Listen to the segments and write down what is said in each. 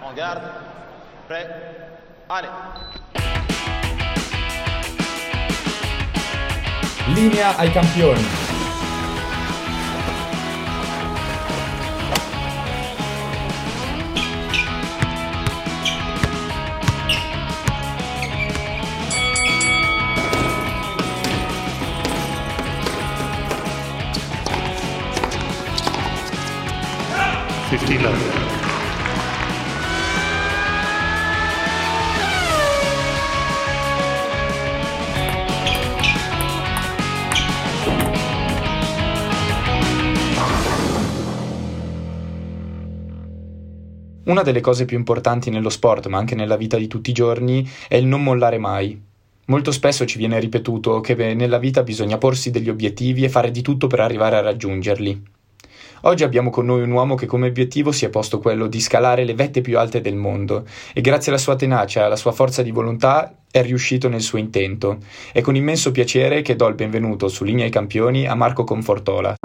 En garde. Prêt. Allez. Linea ai campioni. Una delle cose più importanti nello sport, ma anche nella vita di tutti i giorni, è il non mollare mai. Molto spesso ci viene ripetuto che nella vita bisogna porsi degli obiettivi e fare di tutto per arrivare a raggiungerli. Oggi abbiamo con noi un uomo che come obiettivo si è posto quello di scalare le vette più alte del mondo e grazie alla sua tenacia e alla sua forza di volontà è riuscito nel suo intento. È con immenso piacere che do il benvenuto su Linea ai Campioni a Marco Confortola.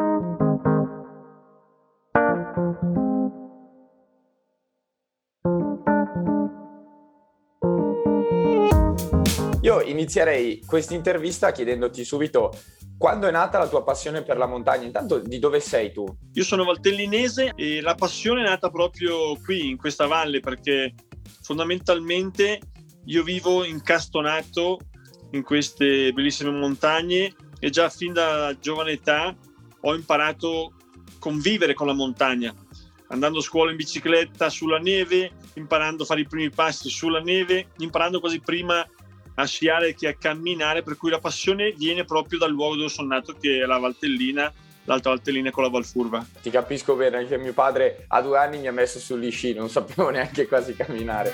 Io inizierei questa intervista chiedendoti subito quando è nata la tua passione per la montagna. Intanto, di dove sei tu? Io sono valtellinese e la passione è nata proprio qui, in questa valle, perché fondamentalmente io vivo incastonato in queste bellissime montagne e già fin da giovane età ho imparato a convivere con la montagna, andando a scuola in bicicletta sulla neve, imparando a fare i primi passi sulla neve, imparando quasi prima a sciare che a camminare, per cui la passione viene proprio dal luogo dove sono nato, che è la Valtellina, l'Alta Valtellina con la Valfurva. Ti capisco bene, anche mio padre a 2 anni mi ha messo sugli sci, non sapevo neanche quasi camminare.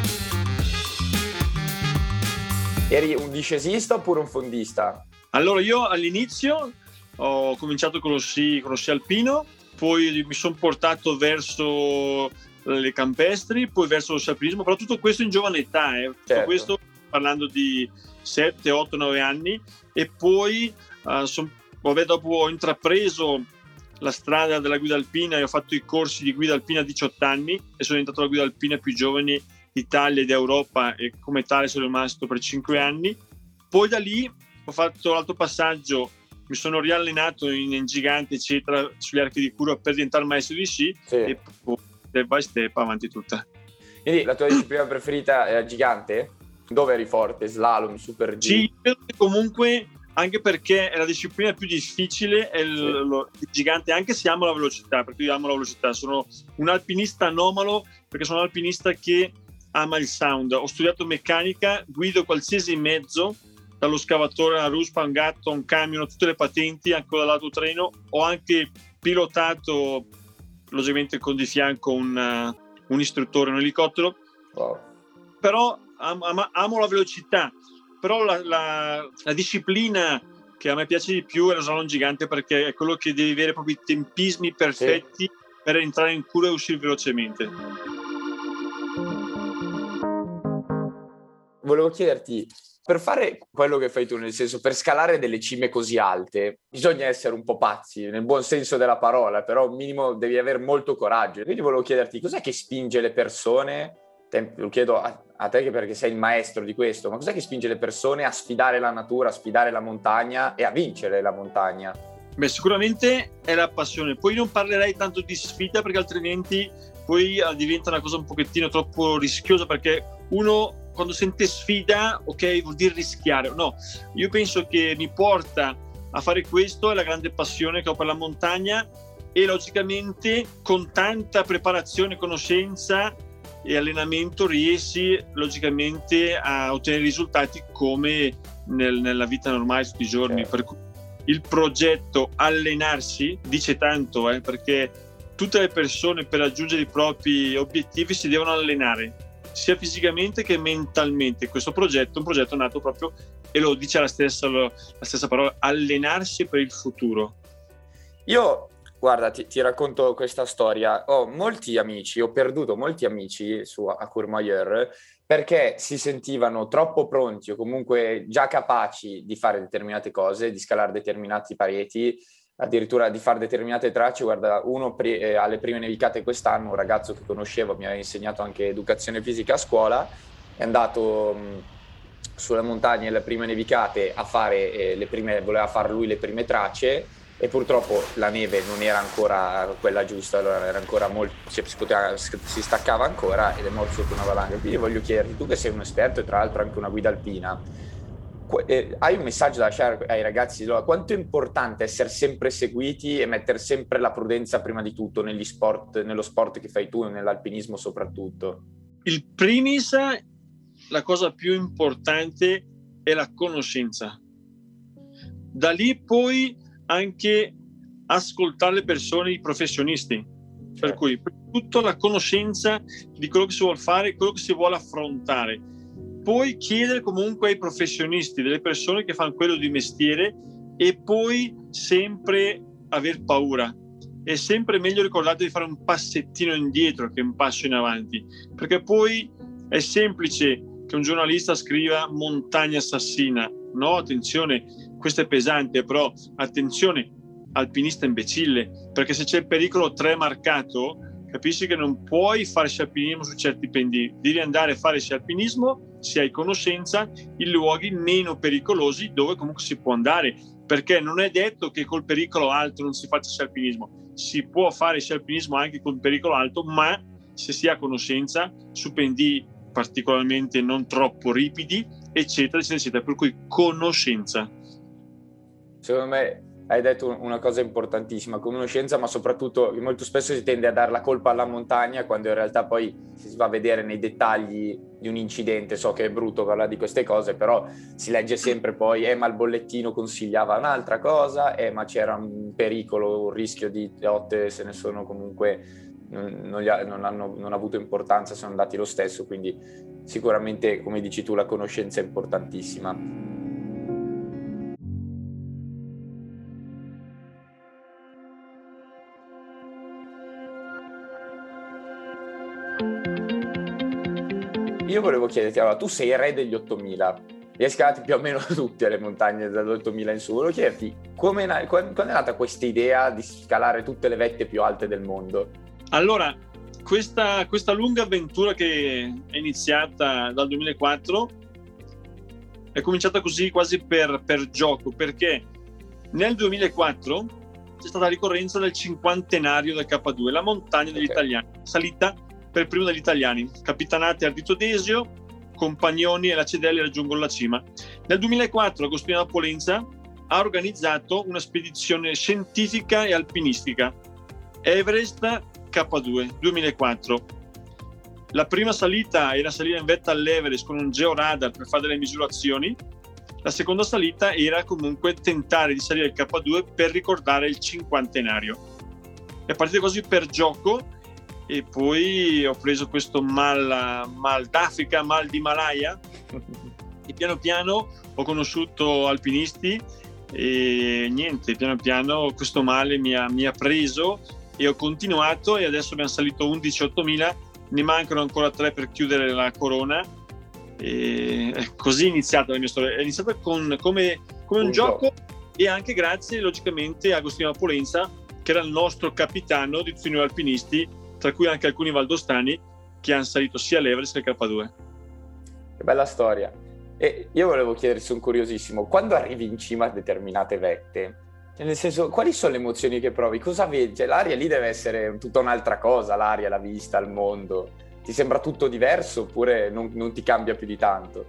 Eri un discesista oppure un fondista? Allora io all'inizio ho cominciato con lo sci alpino, poi mi sono portato verso le campestri, poi verso lo sci alpinismo, però tutto questo in giovane età, Certo. Tutto questo parlando di 7, 8, 9 anni e poi dopo ho intrapreso la strada della guida alpina e ho fatto i corsi di guida alpina a 18 anni e sono diventato la guida alpina più giovane d'Italia ed Europa e come tale sono rimasto per 5 anni. Poi da lì ho fatto l'altro passaggio, mi sono riallenato in gigante eccetera sugli archi di curva per diventare maestro di sci, sì. E poi step by step avanti tutta. Quindi la tua disciplina preferita è gigante? Dove eri forte? Slalom, super G? Sì, comunque, anche perché è la disciplina più difficile, è il gigante, anche se amo la velocità, perché io amo la velocità. Sono un alpinista anomalo, perché sono un alpinista che ama il sound. Ho studiato meccanica, guido qualsiasi mezzo, dallo scavatore alla ruspa, un gatto, un camion, tutte le patenti, anche dall'autotreno. Ho anche pilotato, logicamente con di fianco un istruttore, un elicottero. Wow. Però amo la velocità, però la disciplina che a me piace di più è lo slalom gigante, perché è quello che devi avere proprio i tempismi perfetti per entrare in curva e uscire velocemente. Volevo chiederti, per fare quello che fai tu, nel senso, per scalare delle cime così alte, bisogna essere un po' pazzi, nel buon senso della parola, però un minimo devi avere molto coraggio. Quindi volevo chiederti, cos'è che spinge le persone? Lo chiedo a te perché sei il maestro di questo, ma cos'è che spinge le persone a sfidare la natura, a sfidare la montagna e a vincere la montagna? Beh, sicuramente è la passione. Poi non parlerei tanto di sfida, perché altrimenti poi diventa una cosa un pochettino troppo rischiosa, perché uno quando sente sfida, ok, vuol dire rischiare. No, io penso che mi porta a fare questo è la grande passione che ho per la montagna, e logicamente con tanta preparazione, conoscenza e allenamento riesci logicamente a ottenere risultati come nella vita normale tutti i giorni. Per cui il progetto allenarsi dice tanto, perché tutte le persone per raggiungere i propri obiettivi si devono allenare sia fisicamente che mentalmente. Questo progetto è un progetto nato proprio, e lo dice la stessa parola, allenarsi per il futuro. Io guarda, ti racconto questa storia. Ho perduto molti amici a Courmayeur perché si sentivano troppo pronti o comunque già capaci di fare determinate cose, di scalare determinati pareti, addirittura di fare determinate tracce. Guarda, alle prime nevicate quest'anno, un ragazzo che conoscevo, mi aveva insegnato anche educazione fisica a scuola, è andato sulle montagne alle prime nevicate a fare voleva fare lui le prime tracce, e purtroppo la neve non era ancora quella giusta, allora era ancora molto, si staccava ancora, ed è morto sotto una valanga. Quindi voglio chiederti, tu che sei un esperto e tra l'altro anche una guida alpina, hai un messaggio da lasciare ai ragazzi? Allora, quanto è importante essere sempre seguiti e mettere sempre la prudenza prima di tutto nello sport che fai tu, nell'alpinismo soprattutto? Il primis, la cosa più importante è la conoscenza. Da lì poi anche ascoltare le persone, i professionisti. Certo. Per cui tutto la conoscenza di quello che si vuole fare, quello che si vuole affrontare. Poi chiedere comunque ai professionisti, delle persone che fanno quello di mestiere, e poi sempre aver paura. È sempre meglio, ricordate, di fare un passettino indietro che un passo in avanti, perché poi è semplice che un giornalista scriva montagna assassina. No, attenzione, questo è pesante, però attenzione, alpinista imbecille, perché se c'è il pericolo 3 marcato, capisci che non puoi fare sci alpinismo su certi pendii, devi andare a fare sci alpinismo se hai conoscenza in luoghi meno pericolosi dove comunque si può andare, perché non è detto che col pericolo alto non si faccia sci alpinismo, si può fare sci alpinismo anche con pericolo alto, ma se si ha conoscenza su pendii particolarmente non troppo ripidi, eccetera, eccetera, eccetera. Per cui conoscenza. Secondo me hai detto una cosa importantissima, conoscenza, ma soprattutto molto spesso si tende a dare la colpa alla montagna, quando in realtà poi si va a vedere nei dettagli di un incidente. So che è brutto parlare di queste cose, però si legge sempre poi ma il bollettino consigliava un'altra cosa, ma c'era un pericolo, un rischio di lotte, se ne sono comunque non hanno avuto importanza, sono andati lo stesso. Quindi sicuramente, come dici tu, la conoscenza è importantissima. Io volevo chiederti, allora, tu sei il re degli 8000, li hai scalati più o meno tutte le montagne dall'8000 in su. Volevo chiederti quando è nata questa idea di scalare tutte le vette più alte del mondo? Allora, questa lunga avventura che è iniziata dal 2004 è cominciata così, quasi per gioco, perché nel 2004 c'è stata la ricorrenza del 50° del K2, la montagna degli italiani, salita per primo dagli italiani, capitanati Ardito Desio, Compagnoni e Lacedelli raggiungono la cima. Nel 2004 Agostino Polenza ha organizzato una spedizione scientifica e alpinistica, Everest K2 2004. La prima salita era salire in vetta all'Everest con un georadar per fare delle misurazioni. La seconda salita era comunque tentare di salire il K2 per ricordare il 50°. È partito così per gioco, e poi ho preso questo mal d'Africa, mal di Himalaya, e piano piano ho conosciuto alpinisti e niente, piano piano questo male mi ha preso e ho continuato, e adesso abbiamo salito 11.000, ne mancano ancora 3 per chiudere la corona, e così è iniziata la mia storia. È iniziata come un gioco, e anche grazie logicamente a Agostino Polenza, che era il nostro capitano di tutti noi alpinisti, tra cui anche alcuni valdostani che hanno salito sia l'Everest che il K2. Che bella storia. E io volevo chiederti, sono curiosissimo, quando arrivi in cima a determinate vette, nel senso, quali sono le emozioni che provi? Cosa vedi? Cioè, l'aria lì deve essere tutta un'altra cosa, l'aria, la vista, il mondo. Ti sembra tutto diverso oppure non ti cambia più di tanto?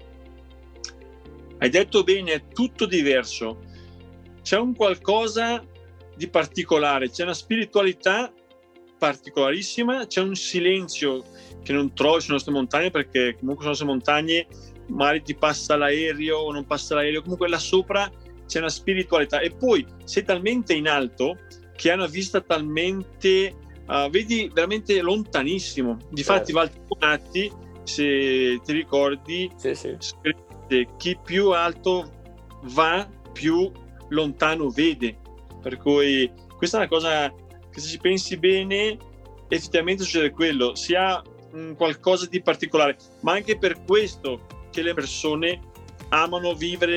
Hai detto bene, è tutto diverso. C'è un qualcosa di particolare, c'è una spiritualità particolarissima, c'è un silenzio che non trovi sulle nostre montagne, perché comunque sulle nostre montagne magari ti passa l'aereo o non passa l'aereo, comunque là sopra c'è una spiritualità, e poi sei talmente in alto che hai una vista talmente vedi veramente lontanissimo. Difatti Valtonati, se ti ricordi, sì. Chi più alto va più lontano vede, per cui questa è una cosa che, se ci pensi bene, effettivamente succede quello, si ha qualcosa di particolare, ma anche per questo che le persone amano vivere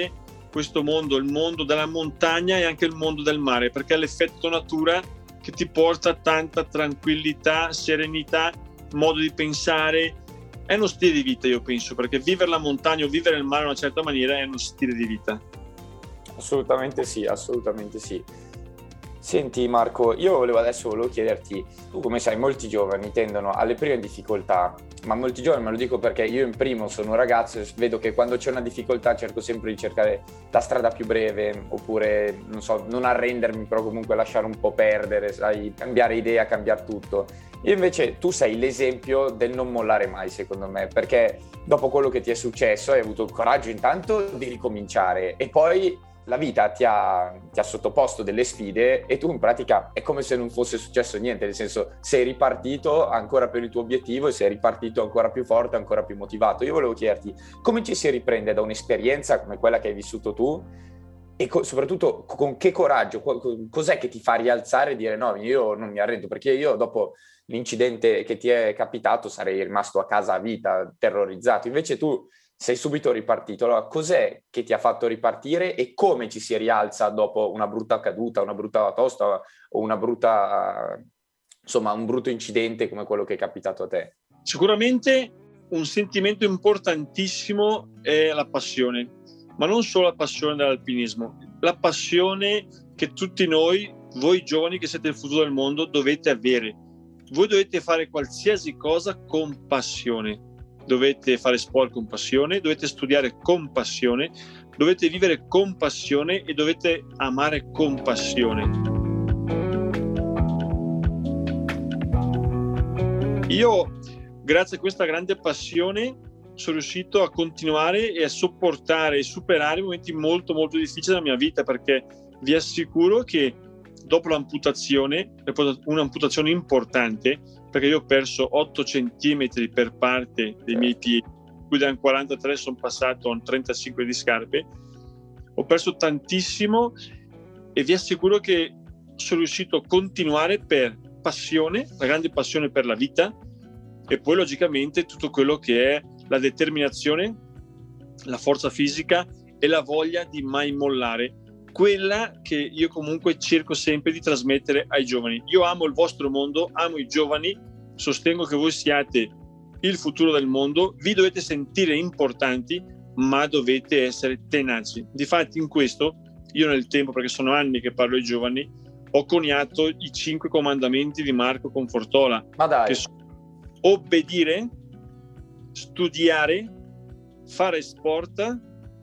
questo mondo, il mondo della montagna e anche il mondo del mare, perché è l'effetto natura che ti porta tanta tranquillità, serenità, modo di pensare. È uno stile di vita, io penso, perché vivere la montagna o vivere il mare in una certa maniera è uno stile di vita. Assolutamente sì, assolutamente sì. Senti Marco, io volevo chiederti, tu come sai molti giovani tendono alle prime difficoltà, ma molti giovani, me lo dico perché io in primo sono un ragazzo e vedo che quando c'è una difficoltà cerco sempre di cercare la strada più breve, oppure non so, non arrendermi, però comunque lasciare un po' perdere, sai, cambiare idea, cambiare tutto. Io invece, tu sei l'esempio del non mollare mai, secondo me, perché dopo quello che ti è successo hai avuto il coraggio intanto di ricominciare e poi la vita ti ha sottoposto delle sfide e tu in pratica è come se non fosse successo niente, nel senso sei ripartito ancora per il tuo obiettivo e sei ripartito ancora più forte, ancora più motivato. Io volevo chiederti come ci si riprende da un'esperienza come quella che hai vissuto tu e soprattutto con che coraggio, cos'è che ti fa rialzare e dire no, io non mi arrendo, perché io dopo l'incidente che ti è capitato sarei rimasto a casa a vita, terrorizzato, invece tu sei subito ripartito. Allora, cos'è che ti ha fatto ripartire e come ci si rialza dopo una brutta caduta, una brutta tosta o una brutta, insomma, un brutto incidente come quello che è capitato a te? Sicuramente un sentimento importantissimo è la passione, ma non solo la passione dell'alpinismo, la passione che tutti noi, voi giovani che siete il futuro del mondo, dovete avere. Voi dovete fare qualsiasi cosa con passione. Dovete fare sport con passione, dovete studiare con passione, dovete vivere con passione e dovete amare con passione. Io, grazie a questa grande passione, sono riuscito a continuare e a sopportare e superare momenti molto molto difficili della mia vita, perché vi assicuro che dopo l'amputazione, un'amputazione importante, perché io ho perso 8 centimetri per parte dei miei piedi, qui da 43 sono passato a 35 di scarpe, ho perso tantissimo e vi assicuro che sono riuscito a continuare per passione, la grande passione per la vita e poi logicamente tutto quello che è la determinazione, la forza fisica e la voglia di mai mollare, quella che io comunque cerco sempre di trasmettere ai giovani. Io amo il vostro mondo, amo i giovani, sostengo che voi siate il futuro del mondo, vi dovete sentire importanti, ma dovete essere tenaci. Difatti in questo, io nel tempo, perché sono anni che parlo ai giovani, ho coniato i 5 comandamenti di Marco Confortola. Ma dai. Che sono obbedire, studiare, fare sport,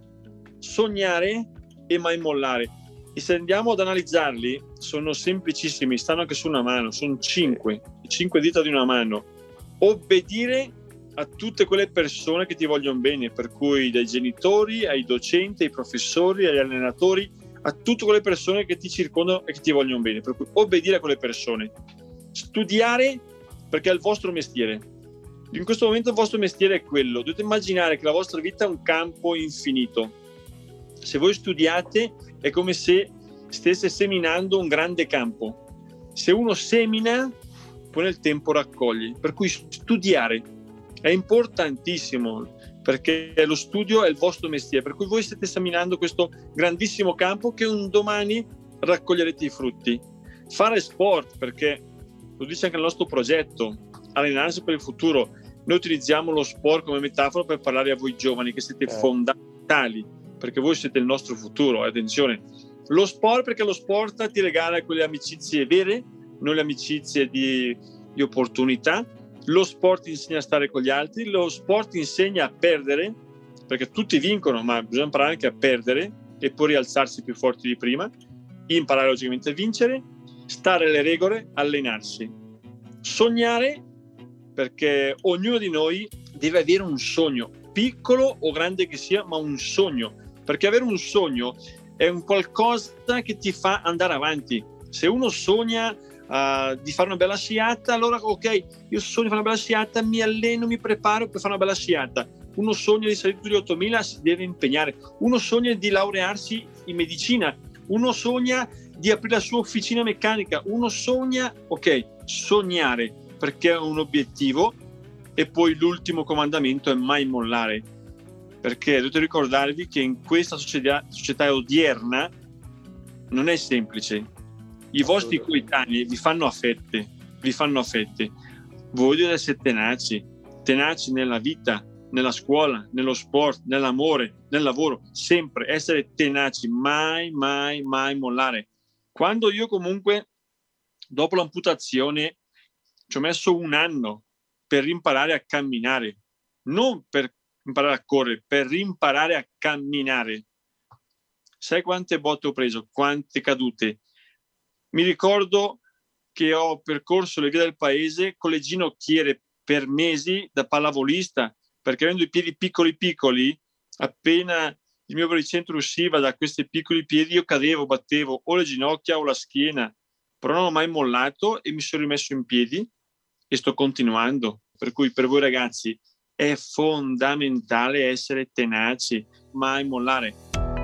sognare e mai mollare. E se andiamo ad analizzarli, sono semplicissimi, stanno anche su una mano, sono 5 dita di una mano. Obbedire a tutte quelle persone che ti vogliono bene, per cui dai genitori ai docenti, ai professori, agli allenatori, a tutte quelle persone che ti circondano e che ti vogliono bene, per cui obbedire a quelle persone. Studiare, perché è il vostro mestiere. In questo momento il vostro mestiere è quello, dovete immaginare che la vostra vita è un campo infinito. Se voi studiate è come se stesse seminando un grande campo. Se uno semina, poi nel tempo raccoglie. Per cui studiare è importantissimo, perché lo studio è il vostro mestiere. Per cui voi state seminando questo grandissimo campo che un domani raccoglierete i frutti. Fare sport, perché lo dice anche il nostro progetto, allenarsi per il futuro. Noi utilizziamo lo sport come metafora per parlare a voi giovani che siete fondamentali, perché voi siete il nostro futuro, attenzione. Lo sport, perché lo sport ti regala quelle amicizie vere, non le amicizie di opportunità. Lo sport insegna a stare con gli altri, lo sport insegna a perdere, perché tutti vincono, ma bisogna imparare anche a perdere e poi rialzarsi più forti di prima, imparare logicamente a vincere, stare alle regole, allenarsi. Sognare, perché ognuno di noi deve avere un sogno, piccolo o grande che sia, ma un sogno. Perché avere un sogno è un qualcosa che ti fa andare avanti. Se uno sogna di fare una bella sciata, allora ok, io sogno di fare una bella sciata, mi alleno, mi preparo per fare una bella sciata. Uno sogna di salire sugli 8000, si deve impegnare. Uno sogna di laurearsi in medicina. Uno sogna di aprire la sua officina meccanica. Uno sogna, ok, sognare, perché è un obiettivo. E poi l'ultimo comandamento è mai mollare. perché dovete ricordarvi che in questa società odierna non è semplice. I vostri coetanei vi fanno a fette. Voi dovete essere tenaci nella vita, nella scuola, nello sport, nell'amore, nel lavoro, sempre essere tenaci, mai mollare. Quando io comunque, dopo l'amputazione, ci ho messo 1 anno per imparare a camminare, non per imparare a correre, per imparare a camminare. Sai quante botte ho preso, quante cadute? Mi ricordo che ho percorso le vie del paese con le ginocchiere per mesi da pallavolista, perché avendo i piedi piccoli, appena il mio baricentro usciva da questi piccoli piedi, io cadevo, battevo o le ginocchia o la schiena, però non ho mai mollato e mi sono rimesso in piedi e sto continuando. Per cui per voi ragazzi è fondamentale essere tenaci, mai mollare.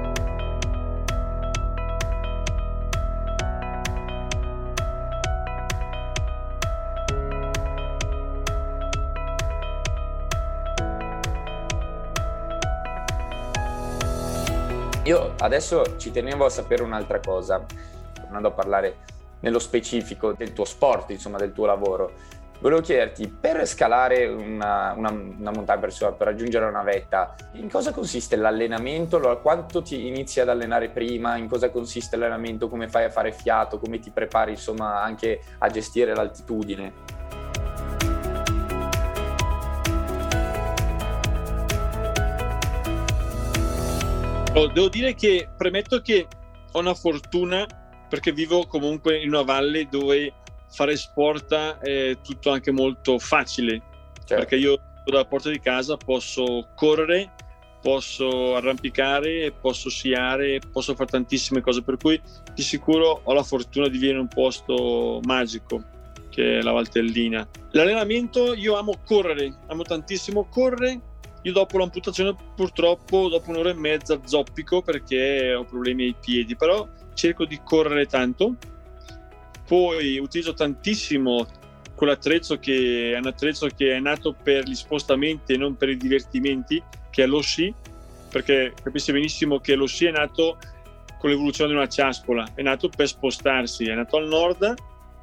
Io adesso ci tenevo a sapere un'altra cosa, tornando a parlare nello specifico del tuo sport, insomma del tuo lavoro. Volevo chiederti, per scalare una montagna, per raggiungere una vetta, in cosa consiste l'allenamento? Quanto ti inizi ad allenare prima? In cosa consiste l'allenamento? Come fai a fare fiato? Come ti prepari, insomma, anche a gestire l'altitudine? Devo dire che premetto che ho una fortuna perché vivo comunque in una valle dove fare sport è tutto anche molto facile, certo. Perché io dalla porta di casa posso correre, posso arrampicare, posso sciare, posso fare tantissime cose, per cui di sicuro ho la fortuna di vivere in un posto magico che è la Valtellina. L'allenamento, io amo correre, amo tantissimo correre. Io dopo l'amputazione purtroppo dopo 1 ora e mezza zoppico perché ho problemi ai piedi, però cerco di correre tanto. Poi utilizzo tantissimo quell'attrezzo che è un attrezzo che è nato per gli spostamenti e non per i divertimenti, che è lo sci, perché capisci benissimo che lo sci è nato con l'evoluzione di una ciascola, è nato per spostarsi, è nato al nord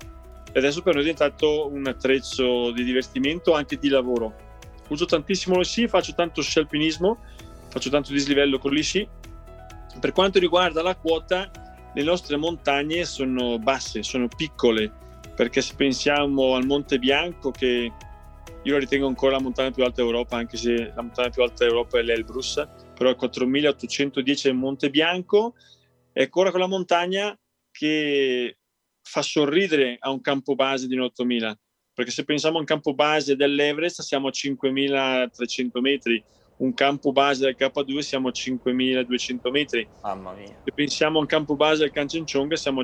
e adesso per noi è diventato un attrezzo di divertimento, anche di lavoro. Uso tantissimo lo sci, faccio tanto sci alpinismo, faccio tanto dislivello con gli sci. Per quanto riguarda la quota, le nostre montagne sono basse, sono piccole, perché se pensiamo al Monte Bianco, che io lo ritengo ancora la montagna più alta d'Europa, anche se la montagna più alta d'Europa è l'Elbrus, però è 4.810 il Monte Bianco, è ancora quella montagna che fa sorridere a un campo base di 8.000. Perché se pensiamo a un campo base dell'Everest siamo a 5.300 metri, un campo base del K2 siamo a 5.200 metri. Mamma mia. Se pensiamo a un campo base del Kanchenjunga siamo a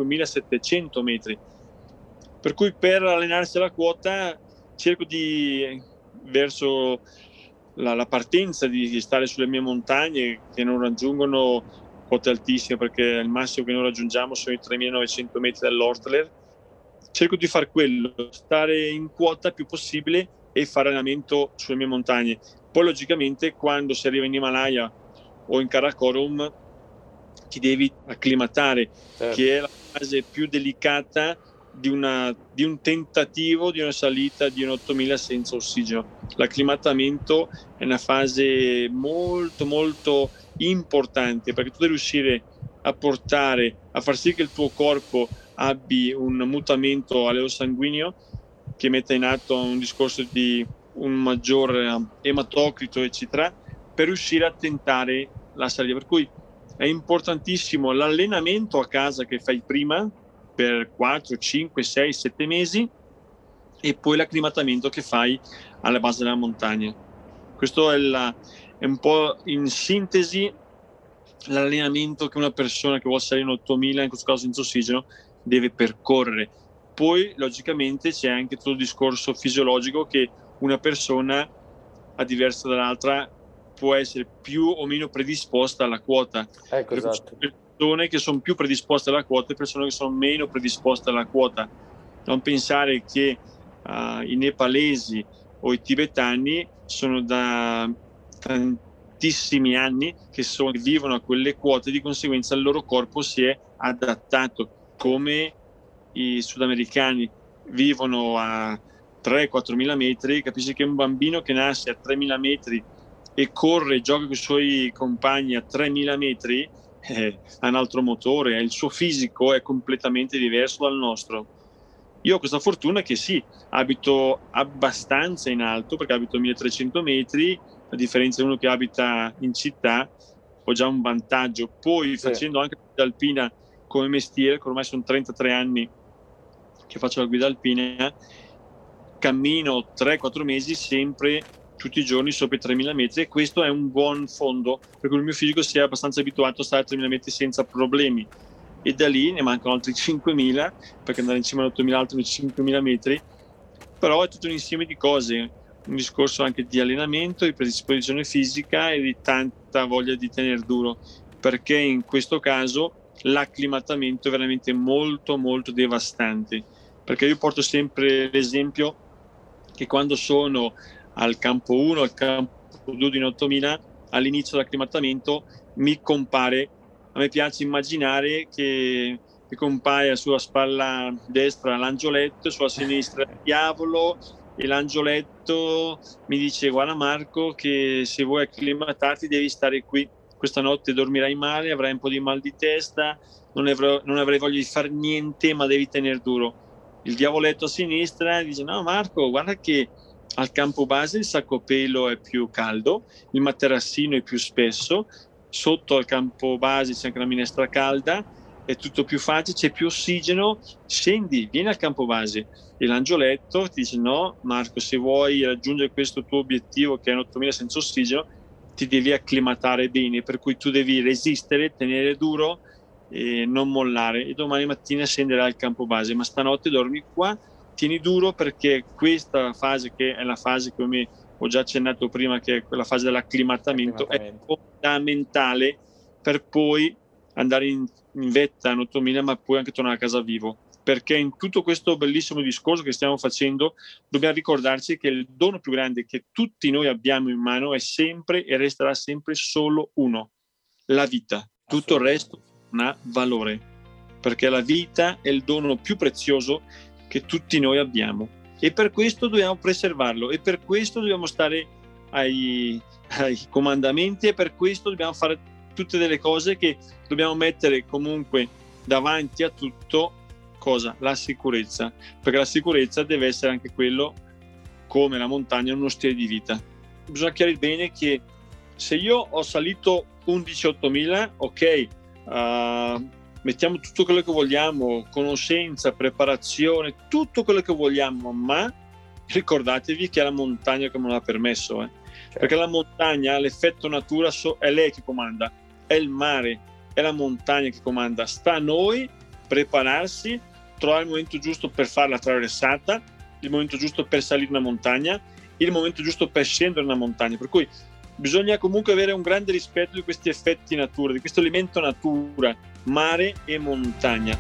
5.700 metri. Per cui per allenarsi alla quota cerco di, verso la partenza, di stare sulle mie montagne che non raggiungono quote altissime, perché il massimo che noi raggiungiamo sono i 3.900 metri dall'Ortler. Cerco di fare quello, stare in quota il più possibile e fare allenamento sulle mie montagne. Poi logicamente quando si arriva in Himalaya o in Karakorum ti devi acclimatare, certo. Che è la fase più delicata di un tentativo di una salita di un 8000 senza ossigeno. L'acclimatamento è una fase molto molto importante, perché tu devi riuscire a far sì che il tuo corpo abbi un mutamento a livello sanguigno che metta in atto un discorso di un maggior ematocrito eccetera, per riuscire a tentare la salita. Per cui è importantissimo l'allenamento a casa che fai prima per 4, 5, 6, 7 mesi e poi l'acclimatamento che fai alla base della montagna. Questo è un po' in sintesi l'allenamento che una persona che vuole salire in 8000, in questo caso senza ossigeno, deve percorrere. Poi logicamente c'è anche tutto il discorso fisiologico che una persona, a diversa dall'altra, può essere più o meno predisposta alla quota. Ecco, esatto. Persone che sono più predisposte alla quota e persone che sono meno predisposte alla quota. Non pensare che i nepalesi o i tibetani sono da tantissimi anni che vivono a quelle quote, di conseguenza il loro corpo si è adattato. Come i sudamericani vivono a 3-4 mila metri, capisci che un bambino che nasce a 3.000 metri e corre, gioca con i suoi compagni a 3.000 metri, ha un altro motore, il suo fisico è completamente diverso dal nostro. Io ho questa fortuna che sì, abito abbastanza in alto, perché abito a 1.300 metri, a differenza di uno che abita in città, ho già un vantaggio. Poi facendo anche guida alpina come mestiere, che ormai sono 33 anni che faccio la guida alpina, cammino 3-4 mesi sempre, tutti i giorni sopra i 3.000 metri, e questo è un buon fondo, perché il mio fisico si è abbastanza abituato a stare a 3.000 metri senza problemi. E da lì ne mancano altri 5.000, perché andare in cima a 8.000 altri 5.000 metri, però è tutto un insieme di cose, un discorso anche di allenamento, di predisposizione fisica e di tanta voglia di tenere duro, perché in questo caso l'acclimatamento è veramente molto molto devastante, perché io porto sempre l'esempio che quando sono al campo 1, al campo 2 di 8.000, all'inizio dell'acclimatamento mi compare, a me piace immaginare che compaia sulla spalla destra l'angioletto, sulla sinistra il diavolo, e l'angioletto mi dice: guarda Marco, che se vuoi acclimatarti devi stare qui, questa notte dormirai male, avrai un po' di mal di testa, non avrai voglia di fare niente, ma devi tenere duro. Il diavoletto a sinistra dice: no Marco, guarda che al campo base il sacco pelo è più caldo, il materassino è più spesso, sotto al campo base c'è anche la minestra calda, è tutto più facile, c'è più ossigeno, scendi, vieni al campo base. E l'angioletto ti dice: no Marco, se vuoi raggiungere questo tuo obiettivo che è un 8.000 senza ossigeno, ti devi acclimatare bene, per cui tu devi resistere, tenere duro e non mollare, e domani mattina scenderai al campo base, ma stanotte dormi qua, tieni duro, perché questa fase, che è la fase come ho già accennato prima, che è quella fase dell'acclimatamento, è fondamentale per poi andare in vetta a 8.000, ma poi anche tornare a casa vivo, perché in tutto questo bellissimo discorso che stiamo facendo dobbiamo ricordarci che il dono più grande che tutti noi abbiamo in mano è sempre e resterà sempre solo uno: la vita. Tutto il resto non ha valore, perché la vita è il dono più prezioso che tutti noi abbiamo, e per questo dobbiamo preservarlo, e per questo dobbiamo stare ai comandamenti, e per questo dobbiamo fare tutte delle cose che dobbiamo mettere comunque davanti a tutto. Cosa? La sicurezza, perché la sicurezza deve essere anche quello, come la montagna, uno stile di vita. Bisogna chiarire bene che se io ho salito 11.000, ok, mettiamo tutto quello che vogliamo, conoscenza, preparazione, tutto quello che vogliamo, ma ricordatevi che è la montagna che me l'ha permesso, certo. Perché la montagna, l'effetto natura, è lei che comanda, è il mare, è la montagna che comanda. Sta a noi prepararsi, trovare il momento giusto per fare la traversata, il momento giusto per salire una montagna, il momento giusto per scendere una montagna, per cui bisogna comunque avere un grande rispetto di questi effetti natura, di questo elemento natura, mare e montagna.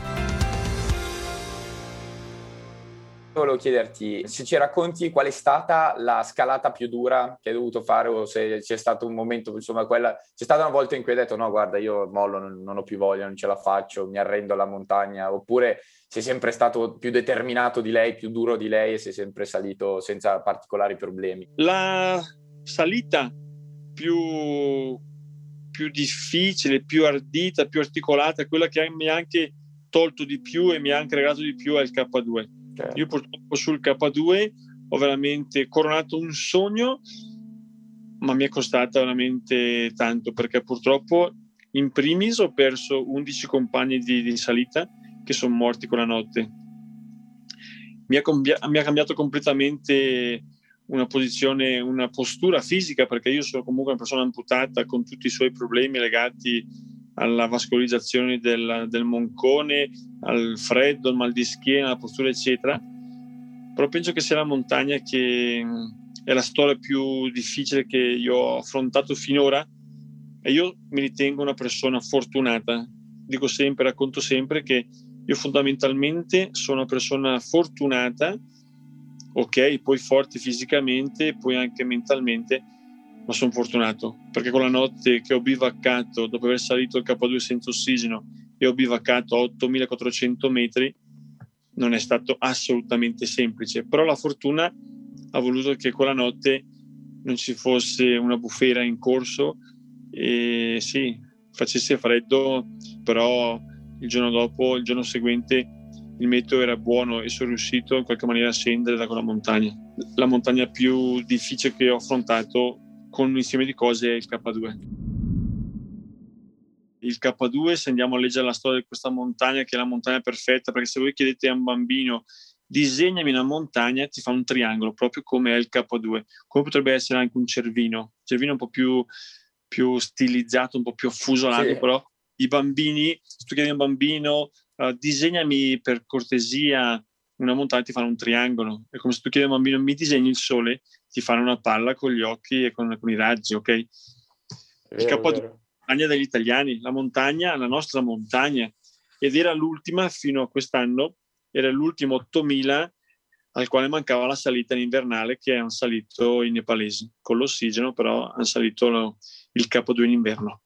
Volevo chiederti se ci racconti qual è stata la scalata più dura che hai dovuto fare, o se c'è stato un momento, insomma, c'è stata una volta in cui hai detto: no, guarda, io mollo, non ho più voglia, non ce la faccio, mi arrendo alla montagna, oppure sei sempre stato più determinato di lei, più duro di lei, e sei sempre salito senza particolari problemi. La salita più difficile, più ardita, più articolata, quella che mi ha anche tolto di più e mi ha anche regalato di più, è il K2. Certo. Io purtroppo sul K2 ho veramente coronato un sogno, ma mi è costata veramente tanto, perché purtroppo in primis ho perso 11 compagni di salita che sono morti quella notte. Mi ha cambiato completamente una posizione, una postura fisica, perché io sono comunque una persona amputata con tutti i suoi problemi legati alla vascolarizzazione del moncone, al freddo, al mal di schiena, alla postura eccetera. Però penso che sia la montagna che è la storia più difficile che io ho affrontato finora, e io mi ritengo una persona fortunata. Dico sempre, racconto sempre che io fondamentalmente sono una persona fortunata, ok, poi forte fisicamente, poi anche mentalmente, ma sono fortunato, perché quella notte che ho bivaccato, dopo aver salito il K2 senza ossigeno e ho bivaccato a 8400 metri, non è stato assolutamente semplice, però la fortuna ha voluto che quella notte non ci fosse una bufera in corso e sì, facesse freddo, però il giorno seguente il meteo era buono e sono riuscito in qualche maniera a scendere da quella montagna. La montagna più difficile che ho affrontato con un insieme di cose è il K2. Il K2, se andiamo a leggere la storia di questa montagna, che è la montagna perfetta, perché se voi chiedete a un bambino disegnami una montagna, ti fa un triangolo, proprio come è il K2, come potrebbe essere anche un cervino un po' più stilizzato, un po' più affusolato, sì. Però i bambini, se tu chiedi a un bambino disegnami per cortesia una montagna, ti fanno un triangolo. È come se tu chiedi a un bambino mi disegni il sole, ti fanno una palla con gli occhi e con i raggi, ok? Il K2 è la montagna degli italiani, la nostra montagna, ed era l'ultima fino a quest'anno, era l'ultimo 8000 al quale mancava la salita in invernale, che hanno salito i nepalesi con l'ossigeno, però hanno salito il K2 in inverno.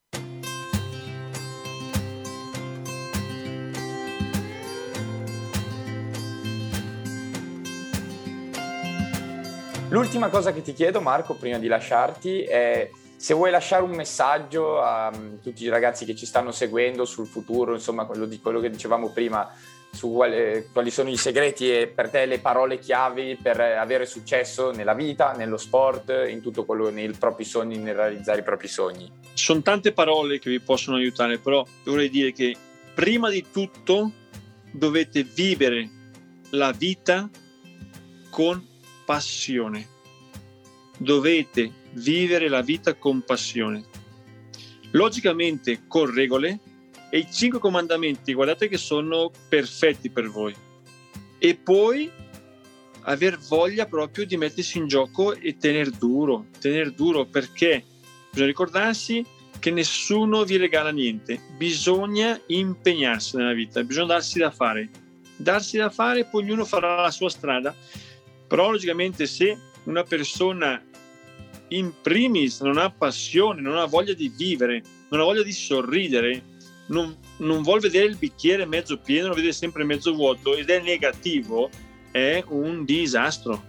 L'ultima cosa che ti chiedo, Marco, prima di lasciarti, è se vuoi lasciare un messaggio a tutti i ragazzi che ci stanno seguendo sul futuro, insomma, quello che dicevamo prima, su quali sono i segreti e per te le parole chiavi per avere successo nella vita, nello sport, in tutto quello, nei propri sogni, nel realizzare i propri sogni. Ci sono tante parole che vi possono aiutare, però vorrei dire che prima di tutto dovete vivere la vita con passione. Dovete vivere la vita con passione, logicamente con regole, e i 5 comandamenti guardate che sono perfetti per voi, e poi aver voglia proprio di mettersi in gioco e tener duro, perché bisogna ricordarsi che nessuno vi regala niente, bisogna impegnarsi nella vita, bisogna darsi da fare, poi ognuno farà la sua strada. Però logicamente se una persona in primis non ha passione, non ha voglia di vivere, non ha voglia di sorridere, non vuol vedere il bicchiere mezzo pieno, lo vede sempre mezzo vuoto ed è negativo, è un disastro.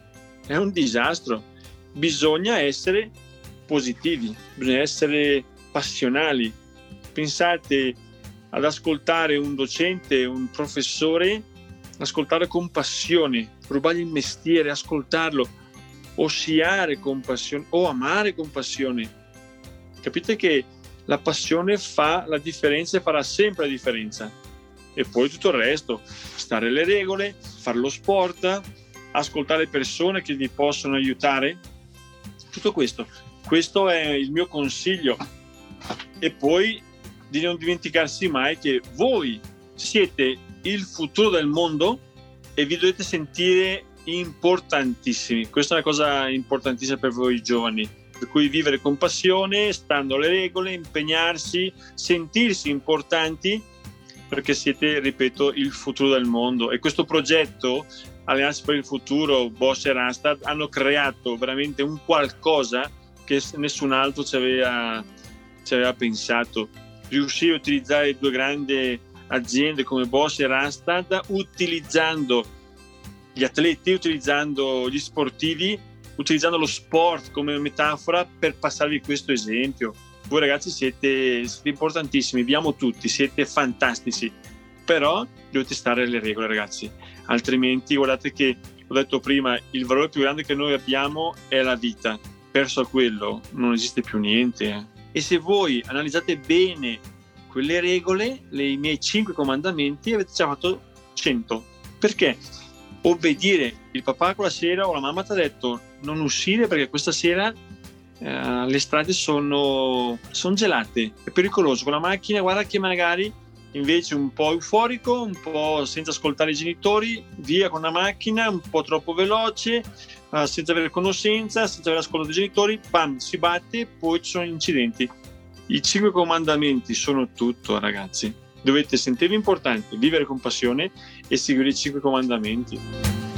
Bisogna essere positivi, bisogna essere passionali. Pensate ad ascoltare un docente, un professore, ascoltare con passione, rubargli il mestiere, ascoltarlo, osciare con passione o amare con passione. Capite che la passione fa la differenza e farà sempre la differenza. E poi tutto il resto, stare alle regole, fare lo sport, ascoltare persone che vi possono aiutare, tutto questo è il mio consiglio. E poi di non dimenticarsi mai che voi siete il futuro del mondo e vi dovete sentire importantissimi. Questa è una cosa importantissima per voi giovani, per cui vivere con passione, stando alle regole, impegnarsi, sentirsi importanti, perché siete, ripeto, il futuro del mondo. E questo progetto Alleanza per il Futuro, Bosch e Randstad, hanno creato veramente un qualcosa che nessun altro ci aveva pensato. Riuscire a utilizzare 2 grandi aziende come Bosch e Randstad, utilizzando gli atleti, utilizzando gli sportivi, utilizzando lo sport come metafora per passarvi questo esempio. Voi ragazzi siete importantissimi, vi amo tutti, siete fantastici, però dovete stare alle regole, ragazzi, altrimenti guardate che, ho detto prima, il valore più grande che noi abbiamo è la vita. Perso a quello non esiste più niente. E se voi analizzate bene quelle regole, i miei 5 comandamenti, avete già fatto 100. Perché? Obbedire. Il papà quella sera o la mamma ti ha detto non uscire perché questa sera le strade sono gelate, è pericoloso con la macchina, guarda che magari invece un po' euforico, un po' senza ascoltare i genitori, via con la macchina, un po' troppo veloce, senza avere conoscenza, senza avere ascolto dei genitori, bam, si batte, poi ci sono incidenti. I 5 comandamenti sono tutto, ragazzi. Dovete sentirvi importanti, vivere con passione e seguire i 5 comandamenti.